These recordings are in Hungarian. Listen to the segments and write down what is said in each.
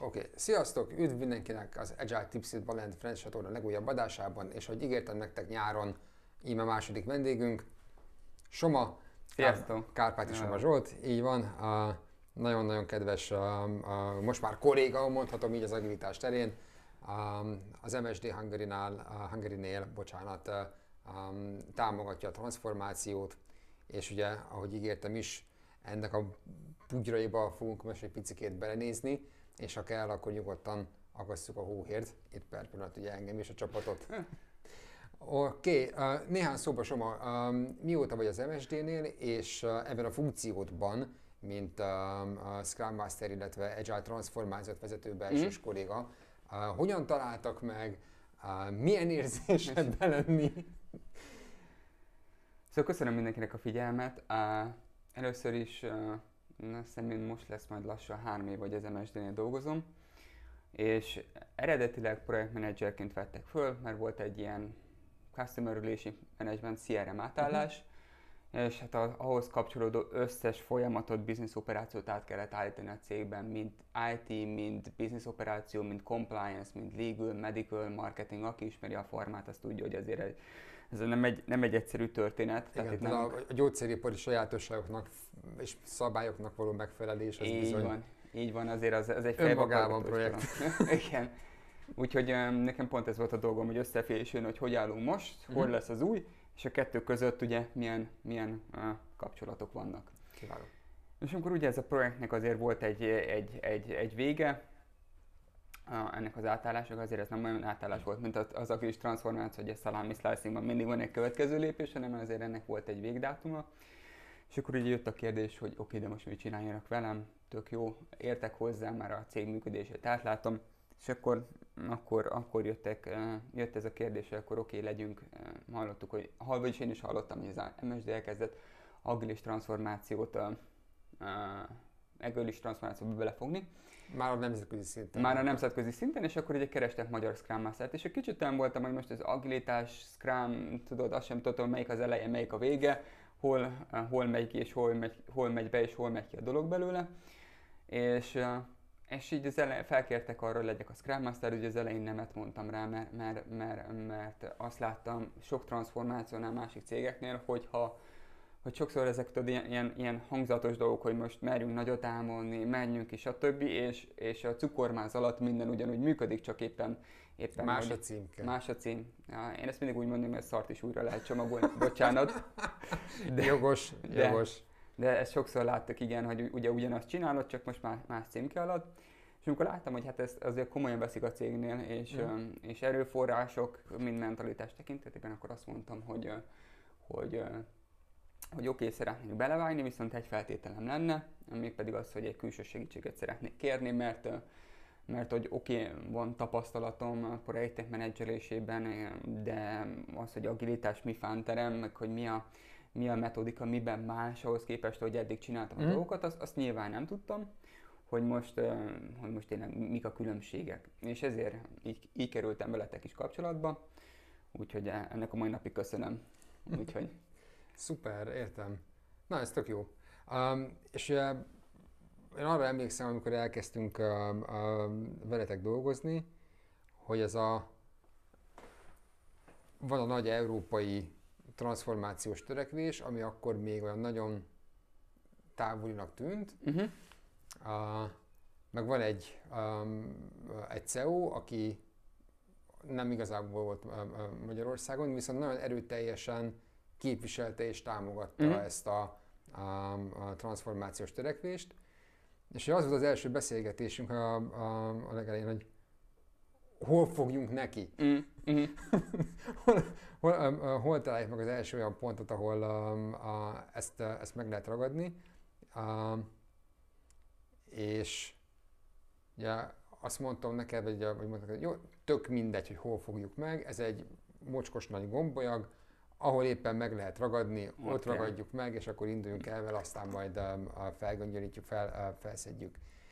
Oké. Sziasztok! Üdv mindenkinek az Agile Tips It Balent Friends csatorna legújabb adásában, és ahogy ígértem nektek nyáron, íme második vendégünk, Soma, Sziasztok! Kárpáti Soma Zsolt, így van, nagyon-nagyon kedves, most már kolléga, mondhatom így az agilitás terén, az MSD Hungary-nél, támogatja a transformációt, és ugye, ahogy ígértem is, ennek a bugyraiba fogunk most egy picikét belenézni, és ha kell, akkor nyugodtan akasszuk a hóhért, itt per pillanat ugye engem és a csapatot. Oké, néhány szóba Soma, mióta vagy az MSD-nél, és ebben a funkciódban, mint Scrum Master, illetve Agile transformációt vezető belsős kolléga, hogyan találtak meg, milyen érzés ebben lenni? Szóval köszönöm mindenkinek a figyelmet. Először is azt hiszem, én most lesz majd lassan 3 év, hogy az MSD-nél dolgozom, és eredetileg projektmenedzserként vettek föl, mert volt egy ilyen Customer Relation Management CRM átállás, és hát ahhoz kapcsolódó összes folyamatot, business operációt át kellett állítani a cégben, mind IT, mind business operáció, mind compliance, mind legal, medical, marketing, aki ismeri a formát, azt tudja, hogy azért ez nem egy egyszerű történet. Igen, tehát a gyógyszeripari sajátosságoknak és szabályoknak való megfelelés, ez bizony. Így van, azért az egy önmagában projekt. Igen. Úgyhogy nekem pont ez volt a dolgom, hogy összefésülni, hogy állunk most, hol lesz az új, és a kettő között ugye milyen kapcsolatok vannak. Kiváló. És amikor ugye ez a projektnek azért volt egy vége, ennek az átállásnak, azért ez nem olyan átállás volt, mint az agilis transformáció, hogy a salami slicingban mindig van egy következő lépés, hanem azért ennek volt egy végdátuma. És akkor ugye jött a kérdés, hogy oké, de most mit csináljanak velem, tök jó, értek hozzá, már a cég működését átlátom, és akkor jött ez a kérdés, hogy akkor oké, legyünk, hallottuk, hogy vagyis én is hallottam, hogy az MSD elkezdett agilis transformációt, agilis transformációba belefogni. Már a nemzetközi szinten. Már a nemzetközi szinten, és akkor ugye kerestek magyar Scrum Mastert, és egy kicsit olyan voltam, hogy most az agilitás, Scrum, tudod, azt sem tudom, melyik az eleje, melyik a vége, hol megy ki, és hol megy be, és hol megy ki a dolog belőle. És így az elején felkértek arra, hogy legyek a Scrum Master, ugye az elején nemet mondtam rá, mert azt láttam sok transformációnál másik cégeknél, hogy sokszor ezek tudod, ilyen hangzatos dolgok, hogy most merjünk nagyot álmodni, menjünk is, stb. És a cukormáz alatt minden ugyanúgy működik, csak éppen más a címke. Más a cím. Ja, én ezt mindig úgy mondom, hogy szart is újra lehet csomagolni, bocsánat. Jogos. De ezt sokszor láttuk, igen, hogy ugye ugyanazt csinálod, csak most más címke alatt. És amikor láttam, hogy hát ezt azért komolyan veszik a cégnél, és erőforrások, mind mentalitás tekintetében, akkor azt mondtam, hogy oké, szeretnék belevágni, viszont egy feltételem lenne, mégpedig az, hogy egy külső segítséget szeretnék kérni, mert hogy oké, van tapasztalatom a projektek menedzselésében, de az, hogy agilitás mi fánterem, meg hogy mi a metodika, miben más ahhoz képest, hogy eddig csináltam a dolgokat, azt nyilván nem tudtam, hogy most tényleg mik a különbségek. És ezért így kerültem veletek is kapcsolatba, úgyhogy ennek a mai napig köszönöm. Úgyhogy... Szuper, értem. Na, ez tök jó. És én arra emlékszem, amikor elkezdtünk veletek dolgozni, hogy van a nagy európai transformációs törekvés, ami akkor még olyan nagyon távolinak tűnt. Meg van egy CEO, aki nem igazából volt Magyarországon, viszont nagyon erőteljesen képviselte és támogatta ezt a transformációs törekvést. És az volt az első beszélgetésünk a legelején, hogy hol fogjunk neki. hol találjuk meg az első olyan pontot, ahol ezt meg lehet ragadni. És ugye azt mondtam neked, hogy jó, tök mindegy, hogy hol fogjuk meg, ez egy mocskos nagy gombolyag, ahol éppen meg lehet ragadni, ott ragadjuk meg, és akkor induljunk el vele, aztán majd felgöngyölítjük, felszedjük.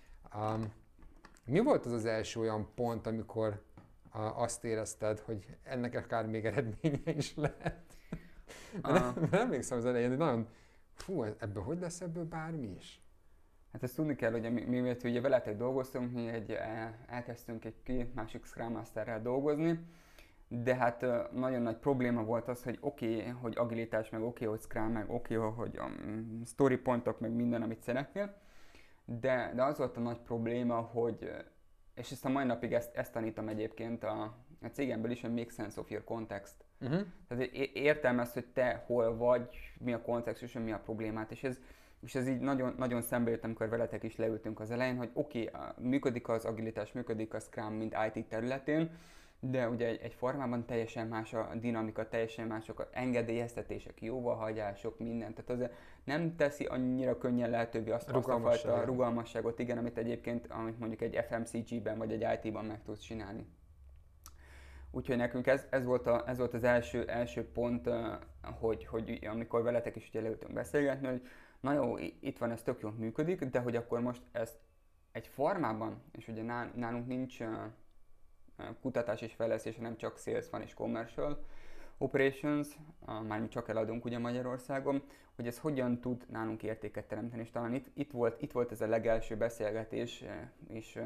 Mi volt az első olyan pont, amikor azt érezted, hogy ennek akár még eredménye is lehet? Mert emlékszem az elején, hogy nagyon, ebből hogy lesz ebből bármi is? Hát ezt tudni kell, hogy mivel ugye veletek dolgoztunk, mi elkezdtünk egy másik Scrum Masterrel dolgozni, de hát nagyon nagy probléma volt az, hogy oké, hogy agilitás, meg oké, hogy Scrum, meg oké, hogy story pointok, meg minden, amit szeretnél, de az volt a nagy probléma, hogy, és ezt a mai napig ezt tanítom egyébként a cégemből is, hogy make sense of your context. Tehát értelmezd, hogy te hol vagy, mi a kontextus, mi a problémát, és ez így nagyon, nagyon szembe jött, amikor veletek is leültünk az elején, hogy oké, működik az agilitás, működik a Scrum, mint IT területén, de ugye egy formában teljesen más a dinamika, teljesen mások az engedélyeztetések, jóvahagyások, minden. Tehát azért nem teszi annyira könnyen lehetővé azt a fajta rugalmasságot, igen, amit mondjuk egy FMCG-ben vagy egy IT-ban meg tudsz csinálni. Úgyhogy nekünk ez volt az első pont, hogy amikor veletek is ugye leültünk beszélgetni, hogy na jó, itt van, ez tök jól működik, de hogy akkor most ezt egy formában, és ugye nálunk nincs kutatás és fejlesztés, nem csak sales van és commercial operations, mármint csak eladunk ugye Magyarországon, hogy ez hogyan tud nálunk értéket teremteni, és talán itt volt ez a legelső beszélgetés, és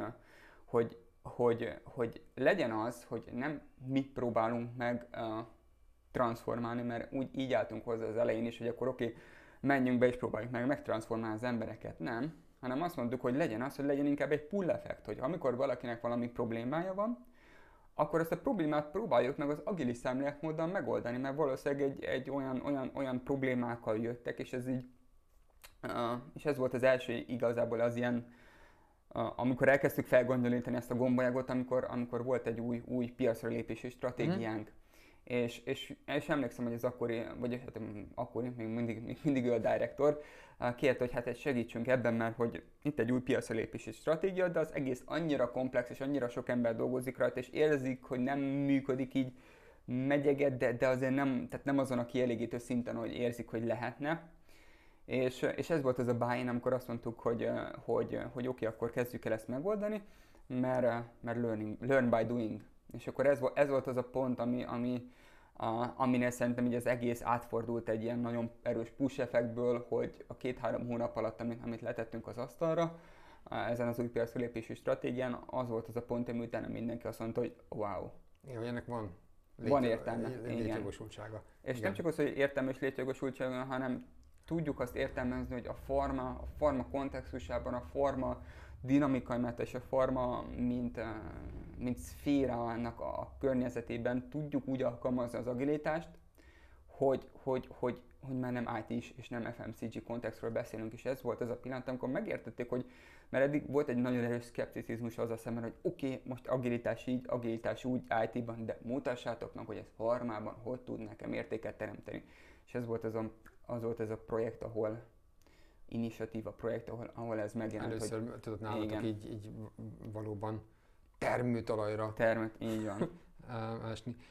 hogy legyen az, hogy nem mi próbálunk meg transformálni, mert így álltunk hozzá az elején is, hogy akkor oké, menjünk be és próbáljuk meg megtransformálni az embereket. Nem, hanem azt mondtuk, hogy legyen az, hogy legyen inkább egy pull effekt, hogy amikor valakinek valami problémája van, akkor ezt a problémát próbáljuk meg az agilis szemléletmóddal megoldani, mert valószínűleg egy olyan problémákkal jöttek, és ez így, és ez volt az első igazából az ilyen, amikor elkezdtük felgondolítani ezt a gombajágot, amikor volt egy új piacra lépési stratégiánk. És emlékszem, hogy az akkori, még mindig ő a direktor, kérte, hogy hát segítsünk ebben, mert hogy itt egy új piacra lépési stratégia, de az egész annyira komplex, és annyira sok ember dolgozik rajta, és érzik, hogy nem működik így megyeget, de azért nem azon a kielégítő szinten, hogy érzik, hogy lehetne. És ez volt az a buy-in, amikor azt mondtuk, hogy oké, akkor kezdjük el ezt megoldani, mert learn by doing. És akkor ez volt az a pont, aminél szerintem így az egész átfordult egy ilyen nagyon erős push effektből, hogy a 2-3 hónap alatt, amit letettünk az asztalra, ezen az új piacra lépési stratégián, az volt az a pont, ami utána mindenki azt mondta, hogy wow. Igen, hogy ennek van értelme. Létjogosultsága. És igen. Nem csak az, hogy értelme és létjogosultsága, hanem tudjuk azt értelmezni, hogy a forma kontextusában, a forma dinamikai és a forma, mint szférának a környezetében tudjuk úgy alkalmazni az agilitást, hogy már nem IT is, és nem FMCG kontextről beszélünk, és ez volt az a pillanat, amikor megértették, hogy mert eddig volt egy nagyon erős szkepticizmus az a szemben, hogy oké, most agilitás így, agilitás úgy IT-ban, de mutassátok meg, hogy ez formában hogy tud nekem értéket teremteni. És ez volt az a projekt, initiatíva projekt, ahol ez megjelent. Először tudod nálatok így valóban termőtalajra így van. esni.